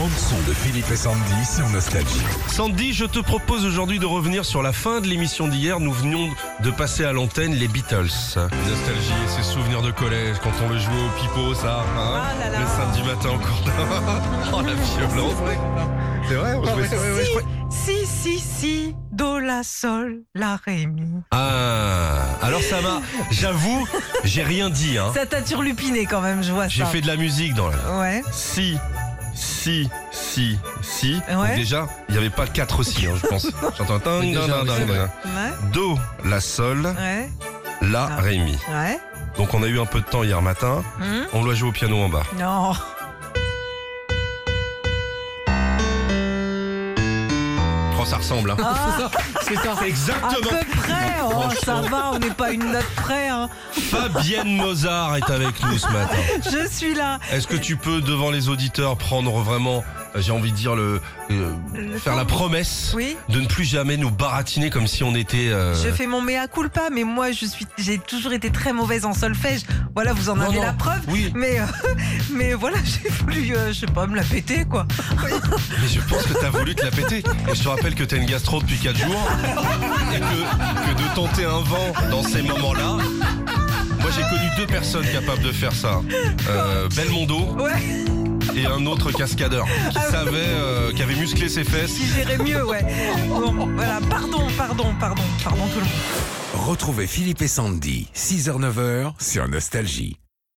bande-son de Philippe et Sandy sur Nostalgie. Sandy, je te propose aujourd'hui de revenir sur la fin de l'émission d'hier. Nous venions de passer à l'antenne les Beatles. Nostalgie, ces souvenirs de collège, quand on le jouait au pipeau, ça, hein, Ah là là. le samedi matin encore. Oh, la violence. C'est vrai, on jouait ça. Si, do, la, sol, la, ré, mi. Ah, alors ça va, j'avoue, j'ai rien dit, hein. Ça t'a turlupiné quand même, je vois ça. J'ai fait de la musique dans la... Ouais. Si. Ouais. Donc déjà, il n'y avait pas 4 si, hein, je pense. J'entends ding, ding, ding, ding, ding. Ouais. Do, la, sol, Ouais. la, ré, mi. Ouais. Donc on a eu un peu de temps hier matin. On doit jouer au piano en bas. Non. Oh, ça ressemble, hein. C'est ça. À Exactement. peu près. Oh, ça va, on n'est pas une note près. Hein. Fabienne Mozart est avec nous ce matin. Je suis là. Est-ce que tu peux, devant les auditeurs, prendre vraiment, j'ai envie de dire, faire la promesse Oui. de ne plus jamais nous baratiner comme si on était... Je fais mon mea culpa, mais moi, j'ai toujours été très mauvaise en solfège. Voilà, vous en Non, avez non. la preuve. Oui. Mais voilà, j'ai voulu, je sais pas, me la péter, quoi. Mais je pense que t'as voulu te la péter. Et je te rappelle que t'as une gastro depuis 4 jours. Et que de tenter un vent dans ces moments-là... Moi j'ai connu 2 personnes capables de faire ça. Belmondo Ouais, et un autre cascadeur qui avait musclé ses fesses. qui gérait mieux, ouais. Bon, voilà, pardon tout le monde. Retrouvez Philippe et Sandy, 6h-9h sur Nostalgie.